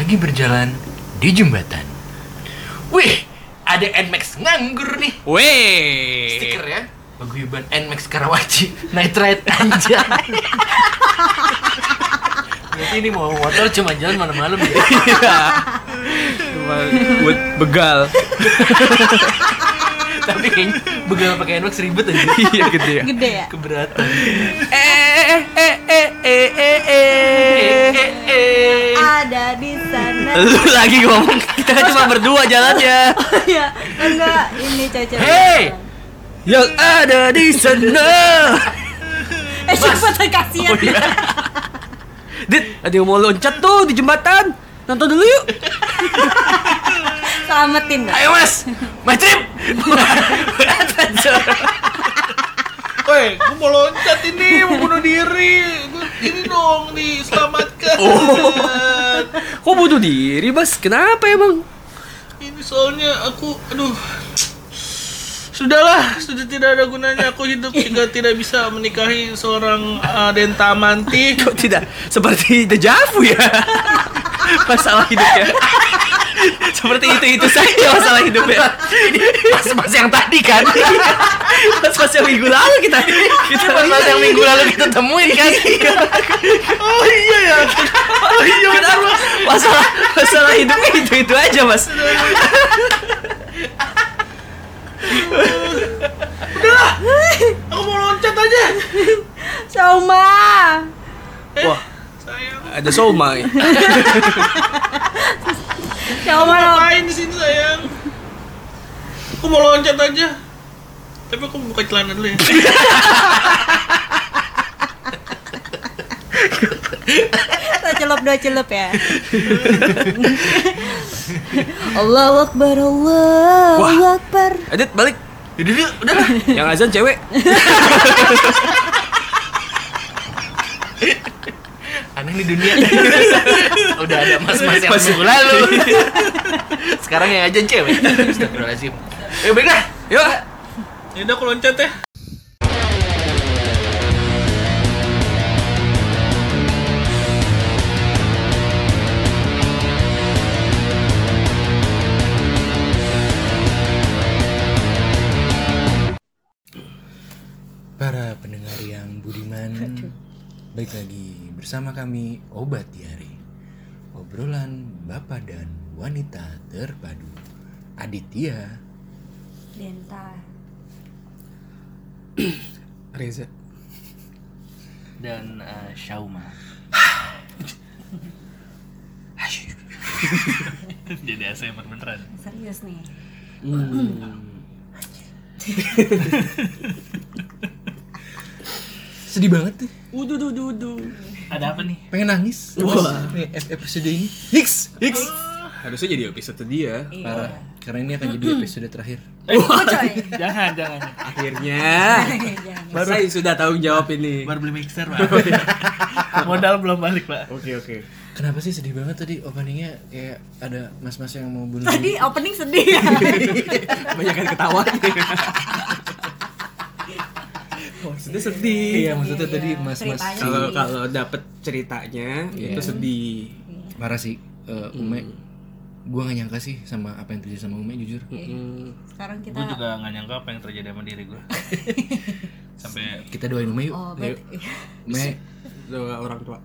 lagi berjalan di jembatan. Wih, ada NMAX nganggur nih. Weh. Stiker ya, paguyuban NMAX Karawaci Night Ride anjay. Berarti ini mau motor cuma jalan malam-malam ya. Cuma buat begal. Tapi kayaknya begal pakai NMAX ribet aja. Iya gede ya. Gede ya? Keberatan. Ada di sana. Lu lagi ngomong, kita kan cuma berdua jalannya. Oh iya, enggak ini cewek-cewek. Hey! Yang ada di sana. Siapa tuh kasihan. Oh, iya. Dit, ada yang mau loncat tuh di jembatan. Nonton dulu yuk. Selamatin dah. Ayo mas, my trip. Woi, gue mau loncat ini, mau bunuh diri. Ini dong, diselamatkan. Kok bunuh diri, Mas? Kenapa emang? Ini soalnya aku, Sudahlah, sudah tidak ada gunanya aku hidup jika tidak bisa menikahi seorang Denta Amanti. Kok tidak seperti dejavu ya? Masalah hidupnya. Seperti itu saja masalah hidupnya. Ini mas yang tadi kan? Mas yang minggu lalu kita Mas yang minggu lalu kita temuin kan? Oh iya ya. Oh iya benar mas. Masalah hidupnya itu aja, Mas. Udahlah, aku mau loncat aja. Soma. Wah, Sayang, ada somai. Soma lo. ngapain di sini sayang? Aku mau loncat aja. Tapi aku buka celana dulu ya. Dua celup ya. Allahu Akbar, Allahu Akbar. Adit balik. Udah, udahlah. Yang azan cewek. Aneh nih dunia. Udah ada mas-mas yang minggu lalu. Sekarang yang aja cewek. Astagfirullahaladzim. Ayo baiklah. Yuk. Ya udah aku loncat ya. Para pendengar yang budiman, baik lagi bersama kami Obat Diari, obrolan bapak dan wanita terpadu. Aditya, Denta. Reza. dan Shauma. Jadi ASMR beneran. Serius nih. Sedih banget tuh, Uduh. Ada apa nih? pengen nangis. Wah. Nih, episode ini Hicks. Harusnya jadi episode dia. Parah, karena ini akan jadi episode terakhir. Coy. Jangan. Akhirnya. Jangan. Saya sudah tanggung jawab ini. Baru beli mixer, Pak. Modal belum balik, Pak. Oke. Kenapa sih sedih banget tadi openingnya, kayak ada mas-mas yang mau bunuh Tadi diri. opening sedih ya. Banyak kan ketawa. Maksudnya sedih. Iya, maksudnya tadi mas-mas Ceritanya. Kalau dapet ceritanya itu sedih. parah sih. Ume, gue gak nyangka sih sama apa yang terjadi sama Ume, jujur. Sekarang kita Gue juga gak nyangka apa yang terjadi sama diri gue. Sampai Kita doain Ume yuk. Oh, Ayo. Ume, Doa orang tua.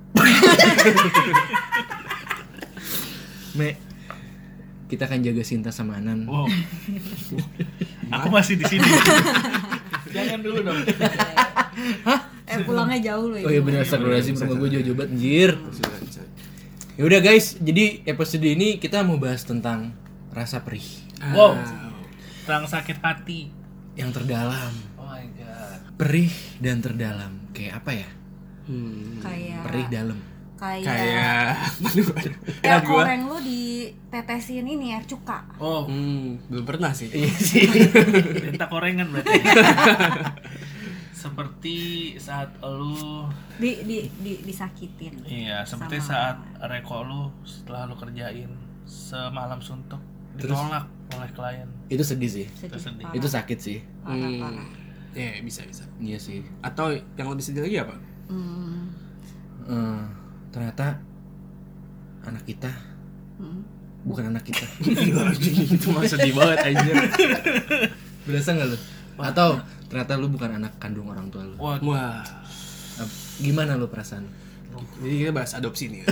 Me, kita akan jaga Sinta sama Anan. wow. Aku masih di sini. Jangan dulu dong. pulangnya jauh loh. Oh iya benar, astagfirullahaladzim, rumah gue jauh-jauh banget, anjir. Ya udah guys, jadi episode ini kita mau bahas tentang rasa perih Wow. Tentang sakit hati. yang terdalam. Oh my god. Perih dan terdalam. Kayak apa ya? Kayak Perih dalam. Kayak kayak koreng lu ditetesin ini air cuka. Oh, belum pernah sih. Iya sih. minta korengan berarti. Seperti saat lu Disakitin. iya, seperti Sama- saat reko lu setelah lu kerjain semalam suntuk ditolak oleh klien. Itu sedih sih. Itu sedih. Parah. Itu sakit sih. Parah. Ya bisa. Iya sih. Atau yang lebih sedih lagi apa? Hmm. Ternyata anak kita bukan anak kita. Itu mah sedih banget anjir. Berasa nggak lu? Atau ternyata lu bukan anak kandung orang tua lu? Wah. Gimana lu perasaan? Jadi kita bahas adopsi nih.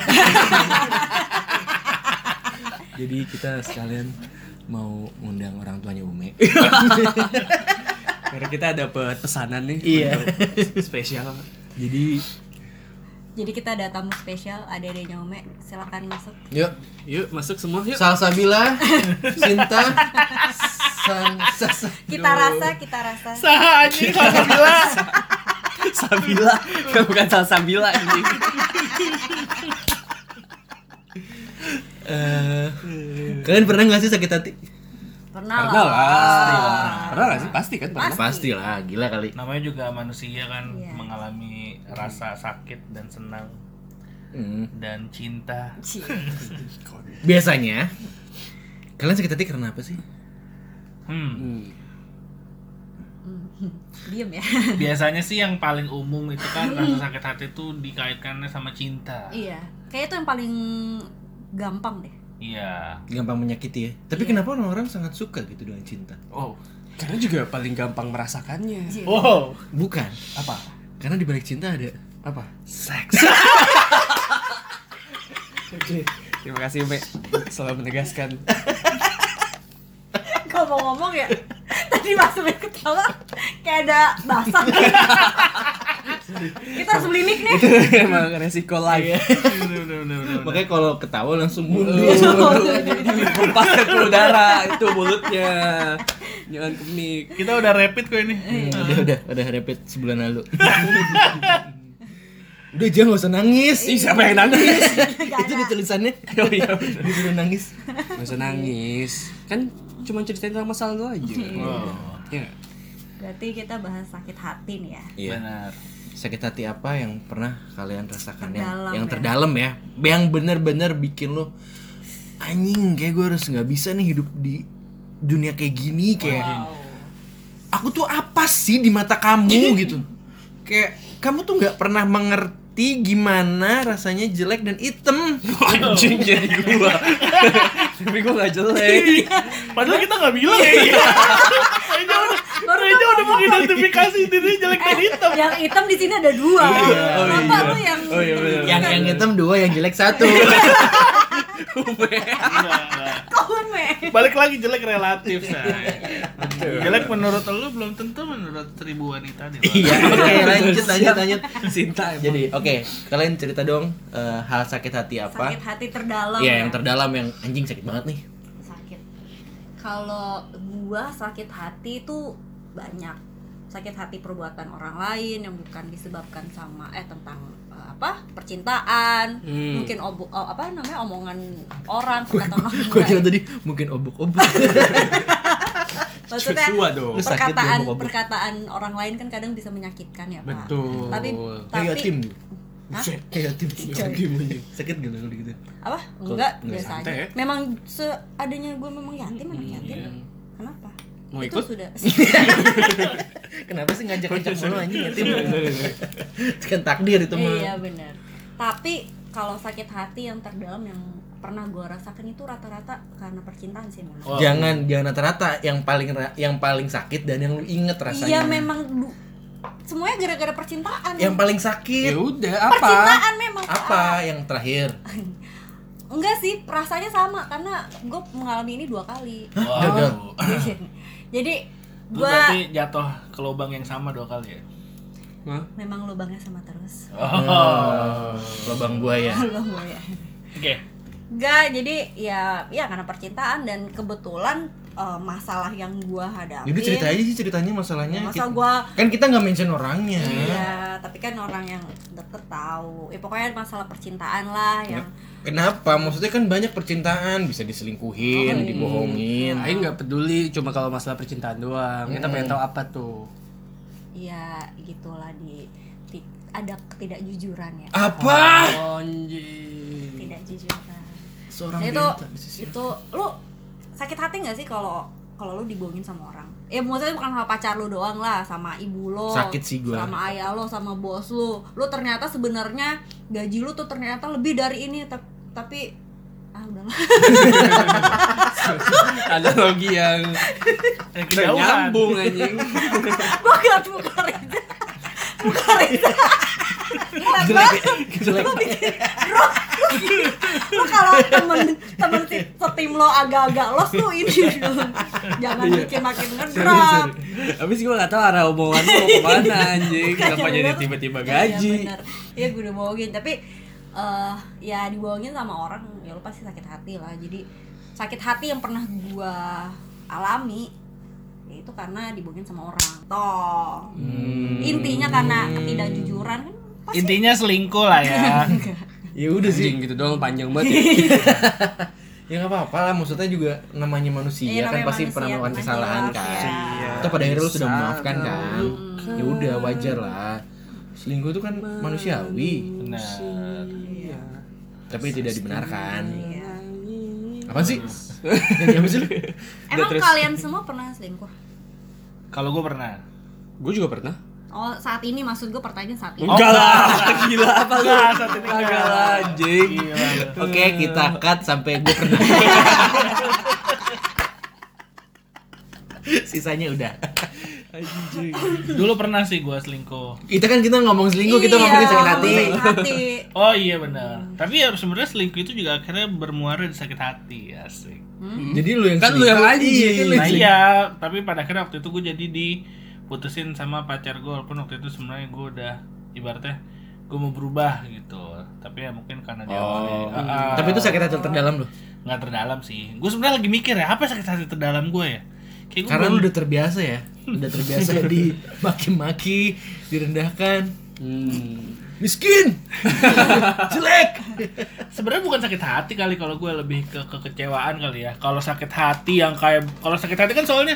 Jadi kita sekalian mau ngundang orang tuanya Ume. Karena kita dapat pesanan nih. Iya. Spesial. Jadi kita ada tamu spesial, adek-adeknya Ume. Silakan masuk. Yuk, Yuk masuk semua yuk. Salsabila, Sinta, Kita rasa. Saha anjing Salsabila. Sabila, kan bukan Salsabila ini. Kalian pernah nggak sih sakit hati? Pernah Pernah lah. lah. Pernah nggak sih? Pasti kan pernah. Pasti lah, gila kali. Namanya juga manusia kan Iya. mengalami rasa sakit dan senang dan cinta. Biasanya kalian sakit hati karena apa sih? Diem ya. Biasanya sih yang paling umum itu kan rasa sakit hati itu dikaitkannya sama cinta. Iya. Kayak itu yang paling gampang deh. Iya. Gampang menyakiti ya. Tapi kenapa orang-orang sangat suka gitu dengan cinta? Oh, karena juga paling gampang merasakannya. Wow. Bukan. Apa? Karena di balik cinta ada Apa? seks. Oke. Terima kasih Mbak selalu menegaskan. Ngomong-ngomong ya, tadi Mas Umi ketawa kayak ada basah. Kita harus beli mic nih. Itu emang resiko live. Makanya kalau ketawa langsung mundur. Lepaskan ke udara itu mulutnya. Jangan ke mic. Kita udah rapid kok ini. Udah repeat sebulan lalu. Udah jangan nggak usah nangis. Ih, siapa yang nangis? Itu di tulisannya. Oh iya. Disuruh nangis. Gak usah nangis. Kan cuma ceritain tentang masa lalu aja. Wow. Ya. Berarti kita bahas sakit hati nih ya. Iya. Benar. Sakit hati apa yang pernah kalian rasakan Terdalam yang ya. terdalam ya, yang benar-benar bikin lo anjing kayak gue harus nggak bisa nih hidup di dunia kayak gini, kayak aku tuh apa sih di mata kamu gitu, kayak kamu tuh nggak pernah mengerti gimana rasanya jelek dan hitam. Anjing jadi gua. Tapi gua gak jelek. Padahal kita nggak bilang ya. Reja udah mengidentifikasi diri jelek dan hitam. Yang hitam di sini ada dua. Kenapa lu yang Oh iya benar. yang hitam 2, yang jelek 1. Ume? Balik lagi jelek relatif, say. Jelek menurut lu belum tentu menurut 1000 wanita di luar. Iya, oke, lanjut. Cinta. Jadi, oke, kalian cerita dong hal sakit hati apa? Sakit hati terdalam. Iya, ya. yang terdalam yang anjing sakit banget nih. Sakit. Kalau gua sakit hati itu banyak. Sakit hati perbuatan orang lain yang bukan disebabkan sama tentang percintaan, mungkin omongan orang, perkataan orang Gue kira lain. tadi mungkin obok-obok. Maksudnya Joshua dong. Lu sakit perkataan diobok-obok. perkataan orang lain kan kadang bisa menyakitkan ya, Pak. Betul. Kayak tim. Hah? Kayak tim. Sakit gak lu gitu? Apa? Enggak, Enggak biasa santai aja. ya? Memang seadanya gue memang yatim, anak yatim. Kenapa? Mau Itu ikut? sudah. Kenapa sih ngajak-ngajak mulu anjing ya tim? Kan takdir itu mah. Iya benar. Tapi kalau sakit hati yang terdalam yang pernah gue rasakan itu rata-rata karena percintaan sih menurut. Oh. Jangan rata-rata yang paling sakit dan yang lu inget rasanya. Iya memang semuanya gara-gara percintaan. Yang paling sakit Ya udah apa? Percintaan memang. apa? Yang terakhir. Enggak sih, rasanya sama karena gue mengalami ini 2 kali. Gagal. Jadi Lu gue berarti jatuh ke lubang yang sama 2 kali ya? Hah? memang lubangnya sama terus. Lubang buaya. Lubang gue ya. Oke. Enggak, jadi ya karena percintaan dan kebetulan masalah yang gua hadapi. Jadi cerita aja sih ceritanya masalahnya. Masa gua Kan kita nggak mention orangnya. iya, tapi kan orang yang deket tahu. Ya pokoknya masalah percintaan lah yang Kenapa? Maksudnya kan banyak percintaan, bisa diselingkuhin, dibohongin. Aing nggak peduli, cuma kalau masalah percintaan doang. Kita pengen tahu apa tuh. ya gitulah ada ketidakjujuran ya. Apa? Anjing. Ketidakjujuran. Seorang Nah, itu benta bisa itu lu sakit hati nggak sih kalau lu dibohongin sama orang? Ya maksudnya bukan sama pacar lu doang lah, sama ibu lo, Sakit sih gua. sama ayah lo, sama bos lu. Lu ternyata sebenarnya gaji lu tuh ternyata lebih dari ini, tapi udahlah. Analogi yang Kejauhan. nyambung anjing. Gua gak buka Reza. Buka Reza. Jelek ya? Jelek. Lu kalau temen setim lo agak-agak los tuh ini dong. Jangan bikin makin ngedrop. Habis gue gak tau arah omongan lu mau kemana anjing. Kenapa jadi tiba-tiba gaji? Iya gue udah bohongin, tapi ya dibohongin sama orang ya lo pasti sakit hati lah. Jadi sakit hati yang pernah gua alami ya itu karena dibohongin sama orang. Toh. Intinya karena ketidakjujuran kan pasti. Intinya selingkuh lah ya. Ya udah sih. Anjing gitu doang panjang banget ya. Ya nggak apa-apa lah, maksudnya juga namanya manusia Iya, kan namanya pasti manusia, pernah melakukan pernah kesalahan hilaf, kan. ya. Atau pada akhirnya lu sudah memaafkan kan. Ya udah wajar lah. Selingkuh itu kan manusiawi, Benar. tapi tidak dibenarkan. Iya. Apa sih? Nyanyi apa sih lu? Emang terus. kalian semua pernah selingkuh? Kalau gue pernah. Gue juga pernah. Oh, saat ini maksud gue pertanyaan saat ini. Enggak lah, gila apa lu? Enggak, saat ini Enggak enggak. lah, anjing. Oke, kita cut sampai gue pernah. Sisanya udah. Anjing. Dulu pernah sih gue selingkuh. Kita ngomong selingkuh, kita Iya, ngomongin sakit hati. sakit hati. Oh iya benar. Tapi ya sebenarnya selingkuh itu juga akhirnya bermuara di sakit hati, asik. Jadi lu yang Kan lu yang selingkuh. anjing. Iya, kan lu yang Nah selingkuh. iya, tapi pada akhirnya waktu itu gue jadi diputusin sama pacar gue, walaupun waktu itu sebenarnya gue udah ibaratnya gue mau berubah gitu. Tapi ya mungkin karena dia awalnya Tapi itu sakit hati terdalam lu. nggak terdalam sih. Gue sebenarnya lagi mikir ya, apa sakit hati terdalam gue ya? Kayak gue Karena belum- lu udah terbiasa ya. Udah terbiasa dimaki-maki, direndahkan. Miskin. Jelek. sebenarnya bukan sakit hati kali, kalau gue lebih ke kekecewaan kali ya. Kalau sakit hati yang kayak, kalau sakit hati kan soalnya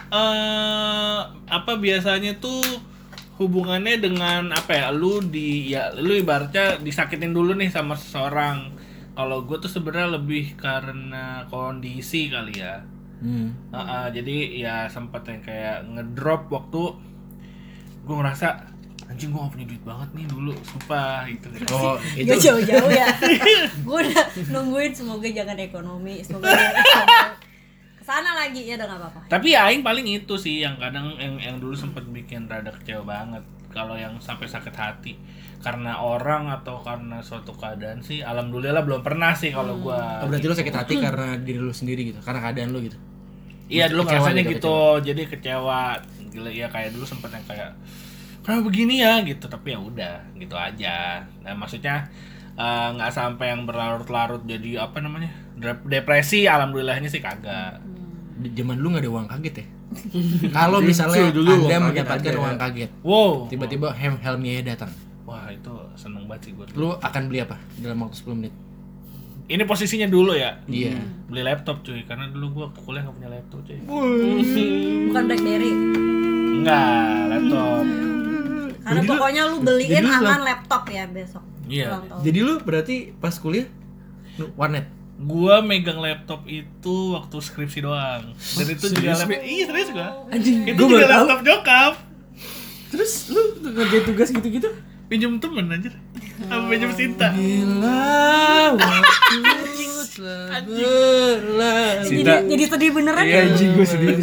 apa biasanya tuh hubungannya dengan apa ya, lu ibaratnya disakitin dulu nih sama seseorang. Kalau gue tuh sebenarnya lebih karena kondisi kali ya. Jadi ya sempat yang kayak ngedrop waktu gue ngerasa anjing gue gak punya duit banget nih dulu, sumpah gitu. Oh, Gak itu jauh-jauh ya. Gue udah nungguin semoga jangan ekonomi, semoga jangan kesana lagi ya udah nggak apa-apa. Tapi ya aing paling itu sih yang kadang yang dulu sempat bikin rada kecewa banget. Kalau yang sampai sakit hati karena orang atau karena suatu keadaan sih alhamdulillah belum pernah sih kalau gua. Oh, berarti lu sakit hati karena diri lu sendiri gitu, karena keadaan lu gitu. Iya dulu Kecewa ngerasanya gitu, gitu, jadi kecewa. Gila ya, kayak dulu sempet yang kayak kenapa begini ya gitu, tapi ya udah gitu aja. Nah, maksudnya nggak sampai yang berlarut-larut jadi apa namanya depresi, alhamdulillahnya sih kagak. Di zaman dulu nggak ada uang kaget ya. Kalau misalnya Dulu uang Anda kaget mendapatkan ada. uang kaget, Wow, tiba-tiba Helmi Yahya datang, wah itu seneng banget sih gue. lu akan beli apa dalam waktu 10 menit? Ini posisinya dulu ya, Iya. beli laptop cuy, karena dulu gue kuliah nggak punya laptop cuy. Bukan BlackBerry. Enggak, laptop. Karena Jadi lu- pokoknya lu jadi beliin lu Angan laptop ya besok. Iya. Ulang tahun. Jadi lu berarti pas kuliah warnet. Gua megang laptop itu waktu skripsi doang. Dan itu juga serius, laptop. Be? Iya, serius gua. Anjing, Itu gua juga baru tahu. laptop nyokap. Terus lu ngerjain tugas gitu-gitu? Pinjam temen anjir. Sama pinjam Sinta. Bila waktu telah berlalu. Sinta. Jadi sedih beneran Iya ya. anjing gue sedih.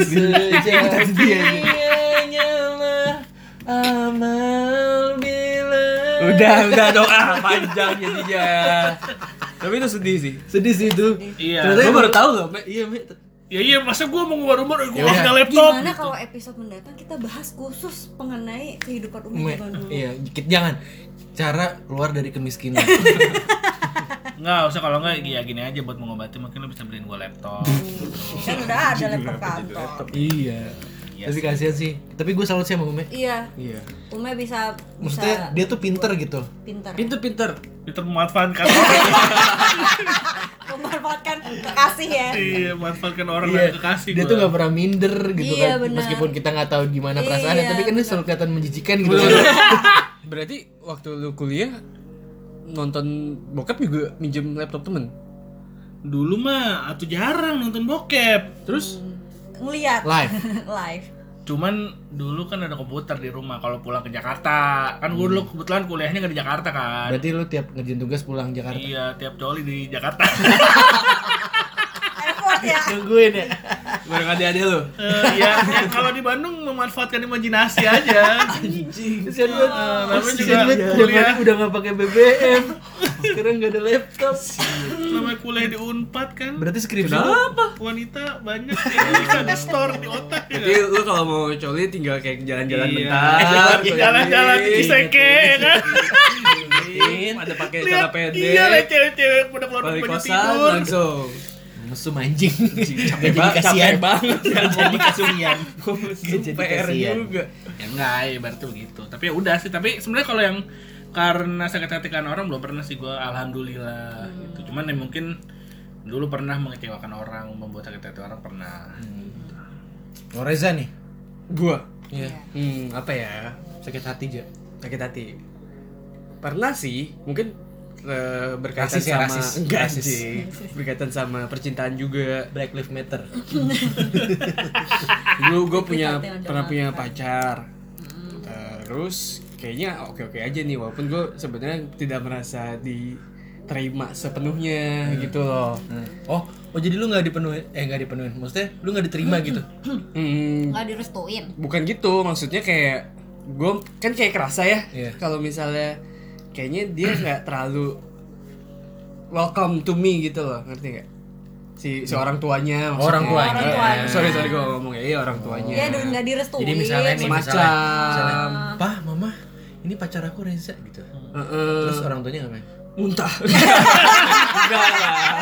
Hanyalah amal bila. Udah doa panjang jadinya. Tapi itu sedih sih. Sedih sih itu. Iya. Ternyata Gue emang- baru tahu loh, Mek. Iya, Mi. Ya masa gua mau ngubah-ubah gua Ya nggak udah. punya laptop. Gimana kalau episode mendatang kita bahas khusus mengenai kehidupan Mi, zaman dulu? iya, jangan. Cara keluar dari kemiskinan. Enggak usah, kalau enggak ya gini aja buat mengobati, mungkin lo bisa beliin gua laptop. Kan udah ada laptop kantor. Iya. Iya Tapi sih. kasihan sih. Tapi gue salut sih sama Ume. Iya, Iya. Ume bisa Maksudnya dia tuh pinter gitu. pintar. Pinter. Itu memanfaatkan Memanfaatkan kekasih ya. Iya, memanfaatkan orang Iya. yang kekasih Dia gua. tuh gak pernah minder gitu Iya, kan. benar. Meskipun kita gak tahu gimana perasaannya, Iya, tapi kan dia benar. selalu kelihatan menjijikan gitu. Berarti waktu lu kuliah nonton bokep juga minjem laptop temen. Dulu mah atuh jarang nonton bokep. Terus Ngeliat Live. live. Cuman dulu kan ada komputer di rumah kalau pulang ke Jakarta. Kan gue dulu kebetulan kuliahnya nggak di Jakarta kan. Berarti lu tiap ngerjain tugas pulang Jakarta. Iya, tiap coli di Jakarta. Effort ya. Nungguin ya. Bareng adik-adik lu. Ya kalau di Bandung memanfaatkan imajinasi aja. Kesian banget. namanya Kesian juga banget. kuliah. Udah nggak pakai BBM. Sekarang nggak ada laptop. Namanya kuliah di Unpad kan. Berarti skripsi Kenapa? Wanita banyak yang bisa di store di otak ya. Jadi lu kalau mau coli tinggal kayak jalan-jalan Iya. bentar. Jalan-jalan di Ciseke ya kan. Ada pakai Lihat, celana pendek. iya lihat cewek-cewek pada keluar Balik baju kosan tidur. langsung. mesum anjing. Gak jadi Capek kasihan banget. Gak jadi kasihan. Itu PR juga. Ya enggak, ya berarti begitu. Tapi ya udah sih, tapi sebenarnya kalau yang karena sakit hati kan orang belum pernah sih gue, alhamdulillah gitu. Cuman ya mungkin dulu pernah mengecewakan orang, membuat sakit hati orang pernah. Oh Reza nih. Gua. Iya. Apa ya? Sakit hati aja. Sakit hati. Pernah sih, mungkin berkaitan Rasis ya, sama rasis. enggak Rasis. sih. Berkaitan sama percintaan juga. Black Lives Matter. Dulu gue punya Tapi ada pernah punya makan. pacar. Terus kayaknya oke-oke aja nih, walaupun gue sebenarnya tidak merasa diterima sepenuhnya gitu loh. Oh jadi lu nggak dipenuhin. Maksudnya lu nggak diterima gitu. Nggak direstuin. Bukan gitu, maksudnya kayak gue kan kayak kerasa ya, Iya. kalau misalnya kayaknya dia nggak terlalu welcome to me gitu loh, ngerti nggak? Si orang tuanya maksudnya. Orang tuanya. Orang tuanya. Sorry gue ngomong ya, iya orang tuanya. Iya, nggak direstuin. Jadi misalnya nih, Semacam. misalnya, Pah, Mama, ini pacar aku Reza gitu. Terus orang tuanya ngapain? Muntah. Enggak lah.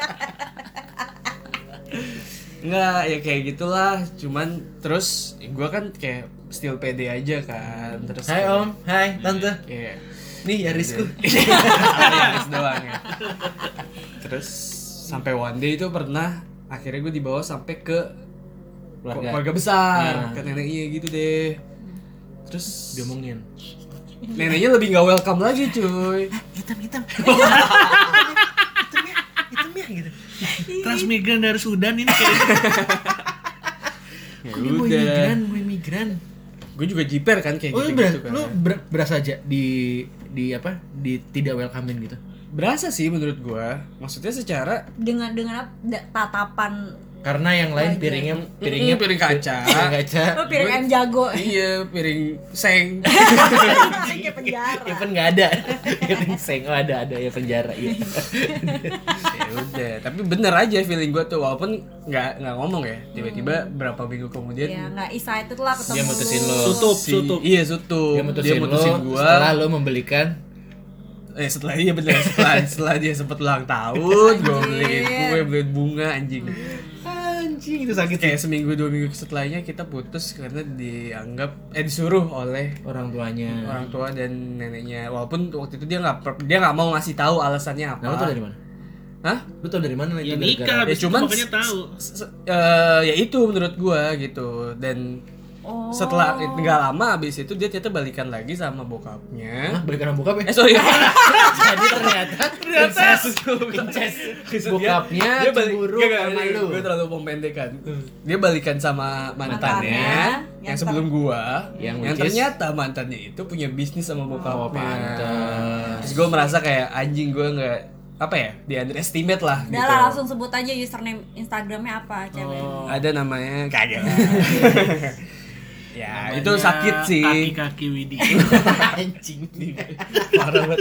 Enggak, ya kayak gitulah. Cuman terus gue kan kayak still pede aja kan. Terus Hai Om, hai Tante. kayak Nih Yarisku. Yaris doang ya. Terus sampai one day itu pernah akhirnya gue dibawa sampai ke keluarga besar, ke neneknya gitu deh. Terus Diomongin. neneknya lebih nggak welcome lagi cuy. Hitam. Hitam ya gitu. Transmigran dari Sudan ini kayak Ya Gue udah. migran. Gue juga jiper kan kayak Oh, gitu kan. lu berasa aja di apa? Di tidak welcome-in gitu. Berasa sih menurut gua. Maksudnya secara dengan apa? Tatapan Karena yang lain piringnya piring kaca. piring kaca. lo piring ayam jago. Iya, piring seng. Kayak penjara. Ya kan nggak ada. Piring seng. Oh ada ya penjara ya. Ya udah, tapi bener aja feeling gua tuh, walaupun nggak ngomong ya. Tiba-tiba berapa minggu kemudian Ya nggak excited lah ketemu. Dia mutusin lo. Sutup. Iya, sutup. Dia mutusin lo gua. setelah lo membelikan setelah dia sempat ulang tahun, gua beliin kue, beliin bunga anjing. anjing itu sakit Kayak seminggu 2 minggu setelahnya kita putus karena disuruh oleh orang tuanya. orang tua dan neneknya. Walaupun waktu itu dia nggak mau ngasih tahu alasannya apa. Nah, lo tau dari mana? Hah? Lu tau dari mana ya itu? nikah gara-gara- habis itu cuman makanya tahu. Ya itu menurut gua gitu. Dan Oh. setelah nggak lama abis itu dia ternyata balikan lagi sama bokapnya. Hah, balikan sama bokap ya? Sorry. Jadi ternyata incest bokapnya cemburu sama lu. Gue terlalu memendekkan. Dia balikan sama mantannya Mantannya, yang sebelum gua, yang yang which is- ternyata mantannya itu punya bisnis sama bokapnya. Oh, pantes. Terus gue merasa kayak anjing, gue nggak apa ya, di underestimate lah Udah gitu. lah, langsung sebut aja username Instagramnya apa cewek. Ada namanya kagak. Ya, Namanya itu sakit sih. Kaki-kaki Widi. Anjing. Parah banget.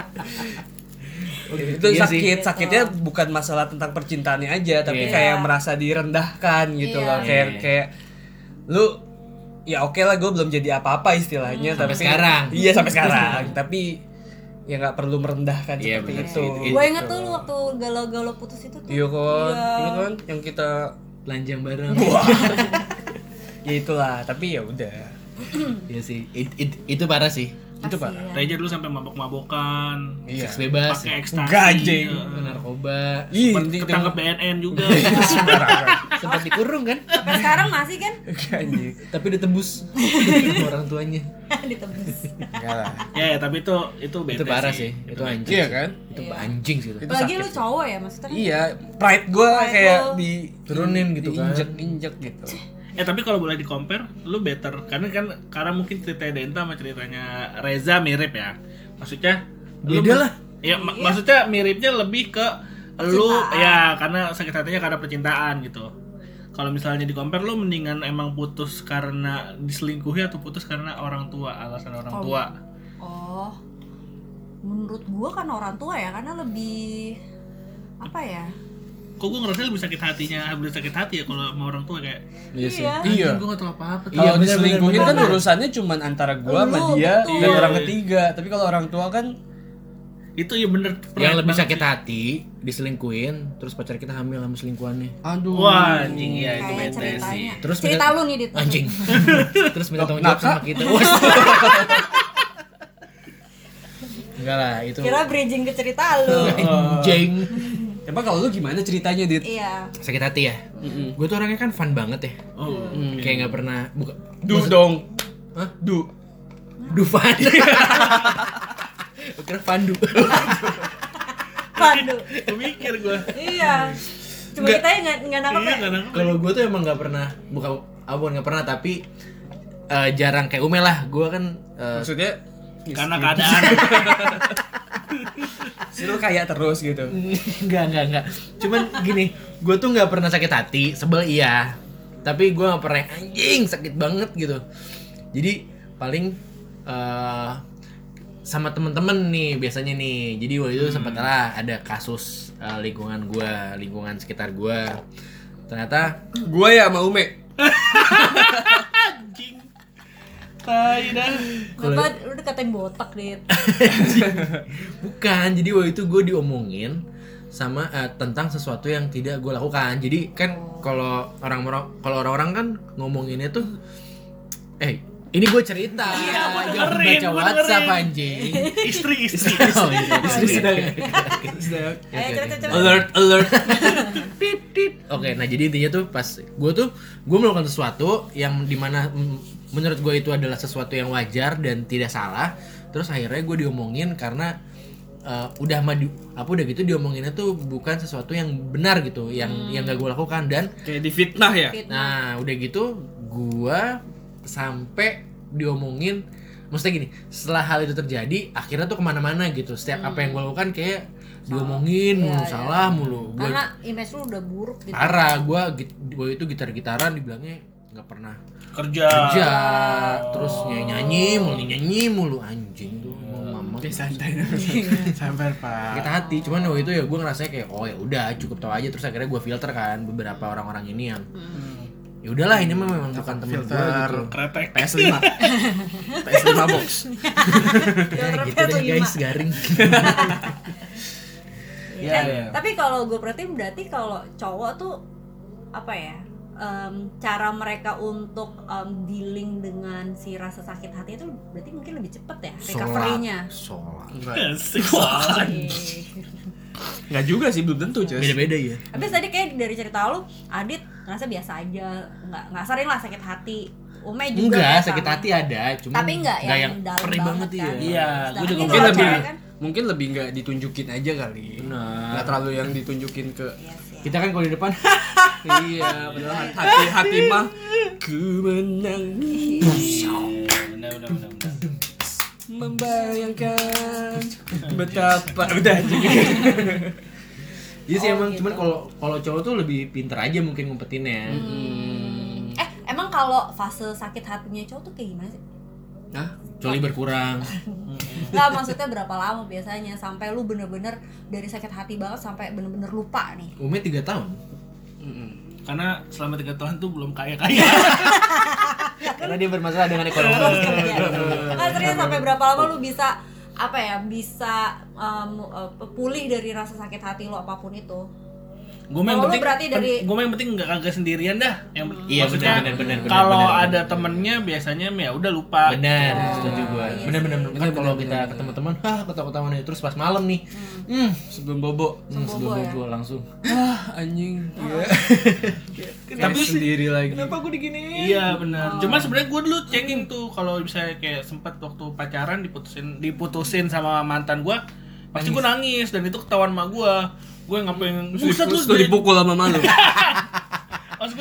Itu Iya sih. sakitnya bukan masalah tentang percintaannya aja, tapi Iya. kayak merasa direndahkan gitu Iya. loh. Kayak Iya. kayak lu ya oke lah, gue belum jadi apa-apa istilahnya, Sampai tapi sekarang. Iya, sampai sekarang. Tapi ya nggak perlu merendahkan Iya, seperti bener itu. sih. Gue inget tuh lu waktu galau-galau putus itu tuh. Iya kan, Iya. ini kan yang kita Telanjang bareng. ya itulah, tapi ya udah. Iya sih. Itu parah sih. Itu Pak. Kasian. Reja dulu sampai mabok-mabokan, Iya. Seks bebas. pakai ekstasi. Enggak, anjing. Narkoba. Ih, Ketangkep BNN juga. sembarangan. Sempat dikurung kan? Sampai sekarang masih kan? Anjing. Tapi ditebus sama orang tuanya. Ditebus. Enggak lah. Ya, tapi itu bete Itu parah sih. Itu anjing. Iya sih. kan? Itu Iya. anjing sih itu. Itu Apalagi sakit. lu cowok ya maksudnya kan? Iya, pride gue Pride kayak lo. di Turunin gitu kan. diinjek-injek gitu. Tapi kalau boleh di compare, lu better karena mungkin ceritanya Denta sama ceritanya Reza mirip ya. Maksudnya Beda lah. Ya maksudnya miripnya lebih ke lu ya karena sakit hatinya karena percintaan gitu. Kalau misalnya di compare lu mendingan emang putus karena diselingkuhi atau putus karena orang tua, alasan orang tua. Oh. Menurut gua kan orang tua ya, karena lebih apa ya? Kok gue ngerasa lebih sakit hati ya kalau sama orang tua kayak. Iya sih. Iya. Iya. Gue gak tau apa-apa. Kalau bener, diselingkuhin bener, kan bener. urusannya cuman antara gua sama Lu, dia betul. dan orang ketiga. Tapi kalau orang tua kan Itu ya bener. Yang lebih banget sakit sih. hati diselingkuhin, terus pacar kita hamil sama selingkuhannya. aduh. Wah, anjing ya itu Kayak bete sih. ceritanya. Terus Cerita minta- lu nih, Dit. Anjing. Terus minta tanggung jawab sama kita. Wah. Enggak lah, itu Kira bridging ke cerita lu. anjing. Coba kalau lu gimana ceritanya, Dit? Iya. Sakit hati ya? Gue tuh orangnya kan fun banget ya. Oh. Kayak nggak pernah Dong. Hah? Du. Dufan. Gue kira Pandu. Waduh. Gue mikir gue. Iya. Cuma Nggak. kita yang nggak nangkep Iya ya. nggak nangkep. Kalau gue tuh emang nggak pernah, bukan nggak pernah, tapi jarang kayak Ume lah. Gue kan Maksudnya Karena keadaan. lu kayak terus gitu. enggak. Cuman gini, gue tuh nggak pernah sakit hati, sebel iya. Tapi gue nggak pernah anjing sakit banget gitu. Jadi paling sama temen-temen nih biasanya nih. Jadi waktu itu sempat lah ada kasus lingkungan sekitar gue. Ternyata Gua ya sama Ume. Anjing. Tai dah. Kenapa lu dikatain botak, Dit? bukan. Jadi waktu itu gue diomongin sama tentang sesuatu yang tidak gue lakukan. Jadi kan kalau orang-orang kan ngomonginnya tuh ini gue cerita, jangan dengerin, baca gua WhatsApp dengerin. anjing. Istri. Oh, iya. Istri sedang. Ayo cerita. Alert. Oke, nah jadi intinya tuh pas gue melakukan sesuatu yang dimana menurut gue itu adalah sesuatu yang wajar dan tidak salah. Terus akhirnya gue diomongin karena udah gitu diomonginnya tuh bukan sesuatu yang benar gitu, yang gak gue lakukan. Dan Kayak difitnah ya. nah udah gitu gue sampai diomongin, maksudnya gini, setelah hal itu terjadi akhirnya tuh kemana-mana gitu. Setiap apa yang gue lakukan kayak diomongin mulu, salah mulu. Gue Karena image lu udah buruk gitu. parah, gue itu gitar-gitaran dibilangnya nggak pernah Kerja. terus nyanyi mulu anjing tuh mau mama Santai. Sabar, Pak. sakit hati. Cuman waktu itu ya gue ngerasanya kayak oh ya udah cukup tahu aja. Terus akhirnya gue filter kan beberapa orang-orang ini yang ya udahlah ini memang bukan teman gue Filter. gitu. Kretek. PS5. PS5 box. Ya gitu deh guys, garing. Tapi kalau gue perhatiin berarti kalau cowok tuh apa ya? Cara mereka untuk dealing dengan si rasa sakit hati itu berarti mungkin lebih cepet ya recovery-nya. Sholat. Asik banget. Enggak juga sih, belum tentu, Cus. Beda-beda ya. Tapi tadi kayak dari cerita lu, Adit ngerasa biasa aja, nggak sering lah sakit hati. Ume juga Enggak, kayak sakit sama. hati ada, cuman Tapi nggak yang dalam perih banget banget kan. ya. Iya, Sedangkan gue juga ini Mungkin kalau lebih cewek kan, mungkin lebih nggak ditunjukin aja kali. Benar. Nggak terlalu yang ditunjukin ke iya sih. Kita kan kalau di depan iya, padahal hati mah ku menang Benar. membayangkan betapa udah anjing. Iya sih emang, gitu. cuman kalau cowok tuh lebih pinter aja mungkin ngumpetinnya. Emang kalau fase sakit hatinya cowok tuh kayak gimana sih? Hah? Kecuali berkurang. Nggak, maksudnya berapa lama biasanya sampai lu bener-bener dari sakit hati banget sampai bener-bener lupa nih? Ume 3 tahun. Karena selama 3 tahun tuh belum kaya-kaya. Karena dia bermasalah dengan ekonomi. Nggak, serius sampai berapa lama lu bisa apa ya, bisa pulih dari rasa sakit hati lu apapun itu? Gue yang Kalau lu penting, berarti dari- gue yang penting nggak kagak sendirian dah. Yang Iya, maksudnya benar. kalau benar. ada temennya biasanya ya udah lupa. Benar, Oh, setuju gua. iya Benar. sih. Kan kalau kita ketemu teman, ketawa-ketawa nih terus pas malam nih. Sebelum bobo. bobo Sebelum ya? bobo langsung. Anjing. Iya. Tapi Tapi sendiri lagi. Kenapa gue diginiin? Iya benar. Cuma sebenarnya gue dulu cengeng tuh kalau misalnya kayak sempet waktu pacaran diputusin sama mantan gue, pasti gue nangis dan itu ketahuan sama gue. Gue ngapain? Buset lu Terus tuh dipukul sama malu. Pas gue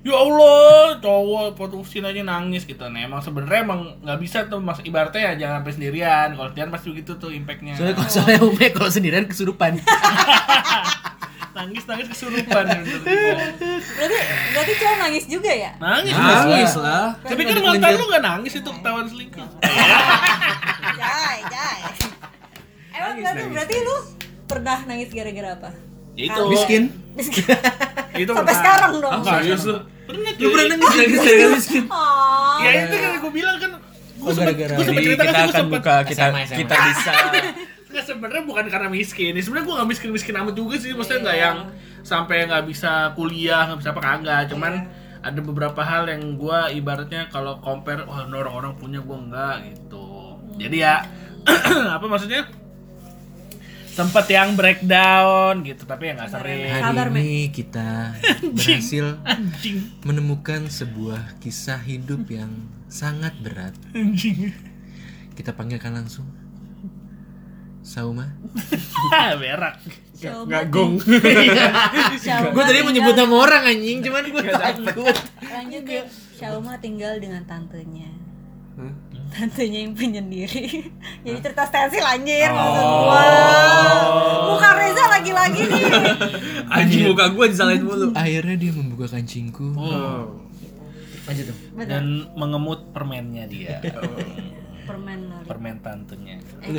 ya Allah, cowok putusin aja nangis gitu. Nah emang sebenarnya emang nggak bisa tuh mas, ibaratnya ya jangan sampai sendirian. Kalau sendirian pasti begitu tuh impactnya. Soalnya Ume kalau sendirian kesurupan. nangis kesurupan. Berarti cowok nangis juga ya? Nangis lah. Tapi kan mantan lu nggak nangis itu ketahuan selingkuh. Jai. Emang berarti lu pernah nangis gara-gara apa? Itu Miskin. itu Sampai sekarang dong. Serius lu? Pernah Lu pernah nangis gara-gara miskin? Oh. Ya itu kan gue bilang kan. Gue gara-gara. sempet cerita Kita kan gue akan sempet. buka kita bisa. Nggak, sebenarnya bukan karena miskin. Sebenarnya gue nggak miskin amat juga sih. Maksudnya nggak yang sampai nggak bisa kuliah, nggak bisa apa kagak. Cuman ada beberapa hal yang gue ibaratnya kalau compare, wah orang-orang punya gue enggak gitu. Jadi ya apa maksudnya? Sempet yang breakdown gitu, tapi ya nggak sering. Sabar, Hari ini kita berhasil Anjing. menemukan sebuah kisah hidup yang sangat berat. Anjing. Kita panggilkan langsung Sauma. Berak. Nggak gong. Gue tadi mau nyebut nama orang anjing, cuman gue takut. Lanjut deh. Shauma tinggal dengan tantenya. Tantenya yang penyendiri. Jadi cerita stensil anjir maksud gua. Muka Reza lagi-lagi nih. Anjing muka gua disalahin mulu. Akhirnya dia membuka kancingku. Lanjut dong. Betul. Dan mengemut permennya dia. Permen lali. Permen tantenya.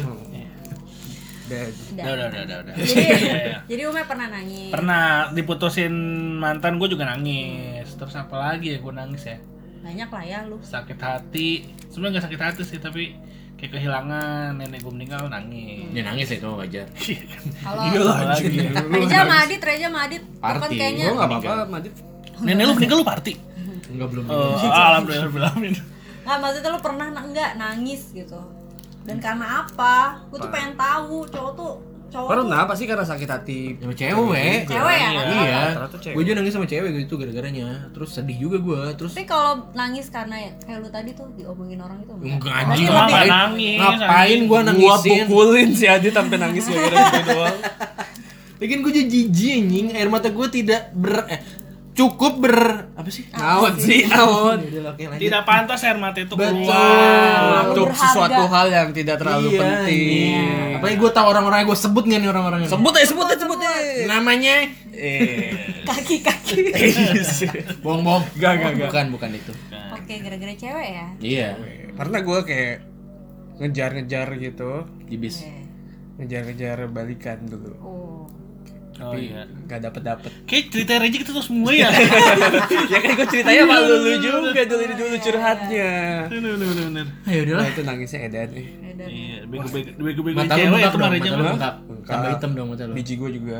Udah. Jadi Ume pernah nangis. Pernah diputusin mantan gue juga nangis. Terus apa lagi ya gue nangis ya? Banyak lah ya lu. Sakit hati. Sebenarnya nggak sakit hati sih, tapi kayak kehilangan nenek gue meninggal nangis. Dia nangis ya, itu wajar. Kalau Apalagi ya? Reza Madit kan Party. kayaknya Gua enggak apa-apa, Madit. Nenek lu meninggal lu party? Enggak belum. Alhamdulillah. nggak maksudnya lu pernah nggak nangis gitu. Dan karena apa? Gue tuh pengen tahu cowok Pernah pasti karena sakit hati. Sama cewek. Cewek ya? Iya. Rata-rata cewek. Gue juga nangis sama cewek gitu gara-garanya. Terus sedih juga gue. Terus Tapi kalau nangis karena kayak lu tadi tuh diomongin orang itu enggak Berarti anjing, Cuma lebih- nggak ngapain? nangis, Ngapain anjing. gue Gua nangisin? pukulin si Adit sampai nangis gara-gara gitu doang. Lagian gue jadi jijik anjing. Air mata gue tidak cukup apa sih? Naon sih, naon. Yaudah, oke, lanjut. Tidak pantas air mata itu Betul. keluar. Untuk berharga. sesuatu hal yang tidak terlalu Iya, penting. iya. Apalagi gue tau orang-orang yang gue sebut nggak nih orang-orang yang Sebut aja. namanya kaki-kaki. bohong-bohong. Gak. Bukan itu. Oke, gara-gara cewek ya. Iya. Karena gue kayak ngejar-ngejar gitu, Di bis. Oke. ngejar-ngejar balikan dulu. Oh. Oh iya. Gak dapet. Kayak cerita Reji kita tuh semua ya. Ya kan gue ceritanya sama lu juga dulu curhatnya. Bener. Ayo Nah udahlah. itu nangisnya edan nih. Beda. Iya, bego-bego Mata lu cewek bengkak itu dong, mah mata Reji lu mah. bengkak. Tambah hitam dong mata lu. Biji gue juga.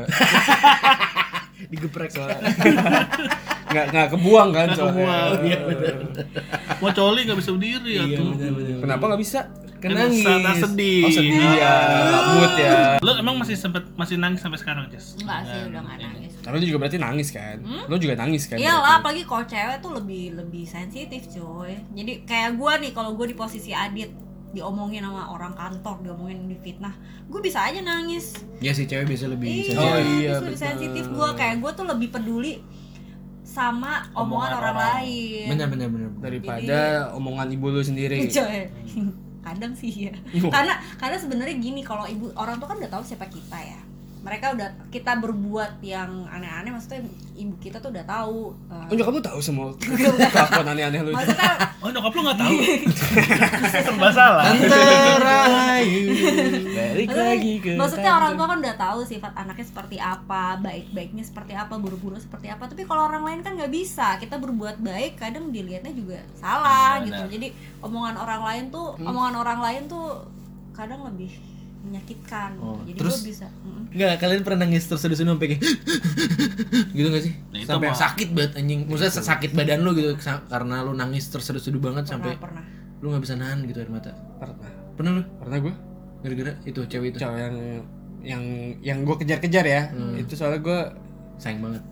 Digeprek Nggak kebuang kan soalnya. Kebuang. Iya benar. Mau coli nggak bisa berdiri ya Iya tuh. benar. Kenapa nggak bisa? Kan nangis. Karena sedih. Oh sedih ya, mood ya. Lu emang masih nangis sampai sekarang, Jess? Enggak sih, udah nggak nangis. Karena lu juga berarti nangis kan? Lu juga nangis kan? Iyalah, apalagi kalau cewek tuh lebih sensitif, coy. Jadi kayak gua nih, kalau gua di posisi Adit, diomongin sama orang kantor, diomongin di fitnah, gue bisa aja nangis. Iya sih cewek biasa lebih Iya, sensitif. Oh, iya, lebih betul. sensitif gue. Kayak gue tuh lebih peduli sama omongan orang lain. Benar. Daripada omongan ibu lu sendiri. Coy. Kadang sih ya. Karena sebenarnya gini, kalau ibu orang tuh kan udah tahu siapa kita ya. Mereka udah kita berbuat yang aneh-aneh, maksudnya ibu kita tuh udah tahu. Oh nyokap lu tahu semua kelakuan aneh-aneh lu itu? Maksudnya Oh, nyokap lu nggak tahu. Serba salah. Tante Rahayu. Balik lagi ke maksudnya orang tua kan udah tahu sifat anaknya seperti apa, baik-baiknya seperti apa, buruk-buruk seperti apa. Tapi kalau orang lain kan nggak bisa. Kita berbuat baik kadang dilihatnya juga salah gitu. Jadi omongan orang lain tuh kadang lebih menyakitkan. Oh, Jadi terus? gue bisa. Enggak, kalian pernah nangis terseduh-seduh sampai kayak gitu gak sih? Nah, itu Sampai mah- sakit banget anjing. Maksudnya sakit badan lu gitu karena lu nangis terseduh-seduh banget sampai Pernah. lu enggak bisa nahan gitu air mata. Pernah. Pernah lu? Pernah gue Gara-gara itu cewek itu. cowok yang gue kejar-kejar ya. Itu soalnya Sayang banget.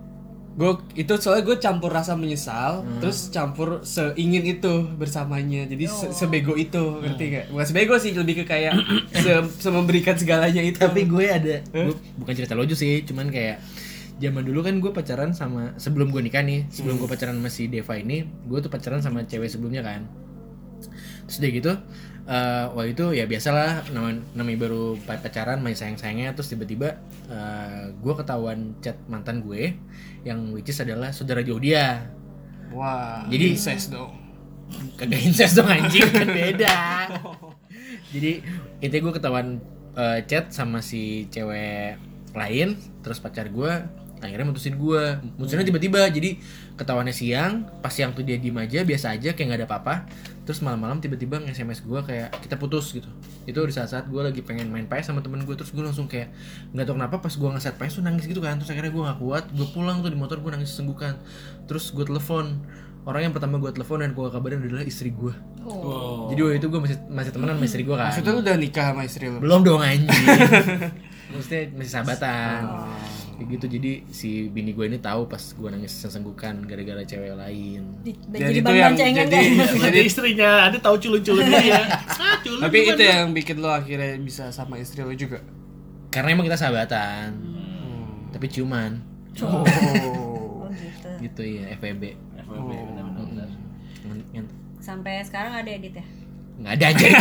gue campur rasa menyesal, terus campur seingin itu bersamanya. Jadi sebego itu, ngerti gak? Bukan sebego sih, lebih ke kayak memberikan segalanya itu. Tapi gue ada gue bukan cerita lucu sih, cuman kayak zaman dulu kan gue pacaran sama sebelum gue nikah nih, sebelum gue pacaran sama si Deva ini, gue tuh pacaran sama cewek sebelumnya kan. Terus udah gitu, waktu itu ya biasalah namanya baru pacaran, main sayang-sayangnya, terus tiba-tiba gue ketahuan chat mantan gue yang which is adalah saudara jauh dia. Wah, Jadi incest dong. Kagak incest dong anjing, kan beda. Jadi intinya gue ketahuan chat sama si cewek lain, terus pacar gue akhirnya mutusinnya tiba-tiba. Jadi ketahuannya siang, pas siang tuh dia diem aja, biasa aja kayak nggak ada apa-apa. Terus malam-malam tiba-tiba nge-SMS gue kayak kita putus gitu. Itu di saat-saat gue lagi pengen main PS sama temen gue, terus gue langsung kayak nggak tahu kenapa pas gue nge-set PS tuh nangis gitu kan. Terus akhirnya gue nggak kuat, gue pulang tuh di motor, gue nangis sesenggukan. Terus gue telepon, orang yang pertama gue telepon dan gue kabarin adalah istri gue. Jadi waktu itu gue masih temenan sama istri gue kan. Maksudnya lu udah nikah sama istri lu? Belum dong anjing. Maksudnya masih sahabatan. Kayak gitu, jadi si bini gue ini tahu pas gue nangis sesenggukan gara-gara cewek lain. Jadi itu bang yang bancengan jadi kan. Jadi istrinya ada tahu culun-culun dia. Culun tapi gimana? itu yang bikin lo akhirnya bisa sama istri lo juga. Karena emang kita sahabatan. Tapi ciuman. Oh. Oh gitu. Gitu ya, FWB. FWB, benar-benar. Sampai sekarang ada edit ya? Nggak ada aja.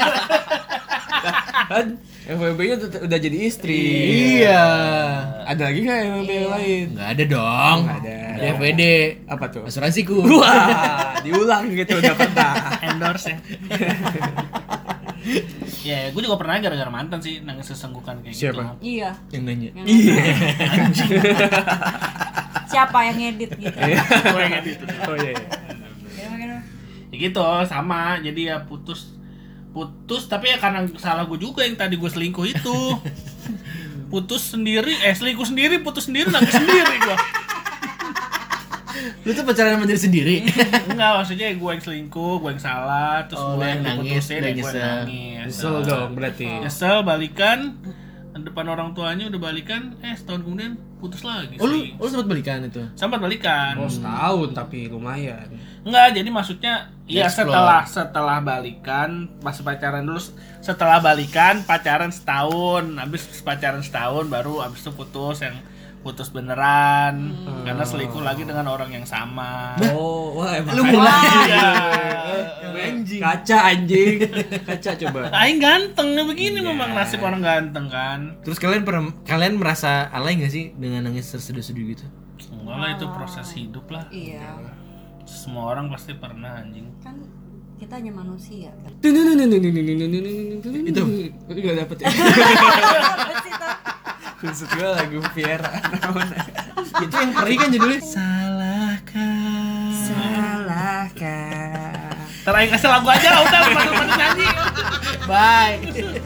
Kan FWB-nya udah jadi istri. Iya. Ada lagi nggak FWB yang lain? Nggak ada dong. Nggak ada. Ada FWD. Apa tuh? Asuransiku. Wah, diulang gitu udah pernah. Endorse ya. Ya, gue juga pernah gara-gara mantan sih nangis sesenggukan kayak Siapa? gitu. Iya. Yang nanya. Siapa yang ngedit gitu? Gue yang edit. Oh iya. Gimana? Ya gitu, sama. Jadi ya putus tapi ya karena salah gue juga yang tadi gue selingkuh itu. Selingkuh sendiri, putus sendiri, nangis sendiri gue. Lu tuh pacaran sama diri sendiri. Enggak, maksudnya gue yang selingkuh, gue yang salah, terus Oh, gue yang nangis, diputusin, udah gue nyesel. nangis. Nyesel dong berarti. Nyesel, balikan, depan orang tuanya udah balikan, setahun kemudian putus lagi Oh sih. lu sempat balikan itu? Sempat balikan. Oh setahun tapi lumayan. Enggak, jadi maksudnya ya Explore. setelah balikan, masih pacaran dulu, setelah balikan pacaran setahun, habis pacaran setahun baru habis itu putus beneran karena selingkuh lagi dengan orang yang sama. Oh, wah emang. Lu mulai. Iya. Anjing. Kaca anjing. Kaca coba. Aing ganteng begini memang nasib orang ganteng kan. Terus kalian merasa alay nggak sih dengan nangis terseduh-seduh gitu? Enggak lah, itu proses hidup lah. Iya. Semua orang pasti pernah anjing. Kan kita hanya manusia kan. Itu enggak dapet ya. Apa sih tuh? Maksud gue lagu Viera. Itu yang perih kan judulnya. Salahkah? Salahkah. Ntar Aing kasih lagu aja lah, udah lu pada nyanyi. Bye.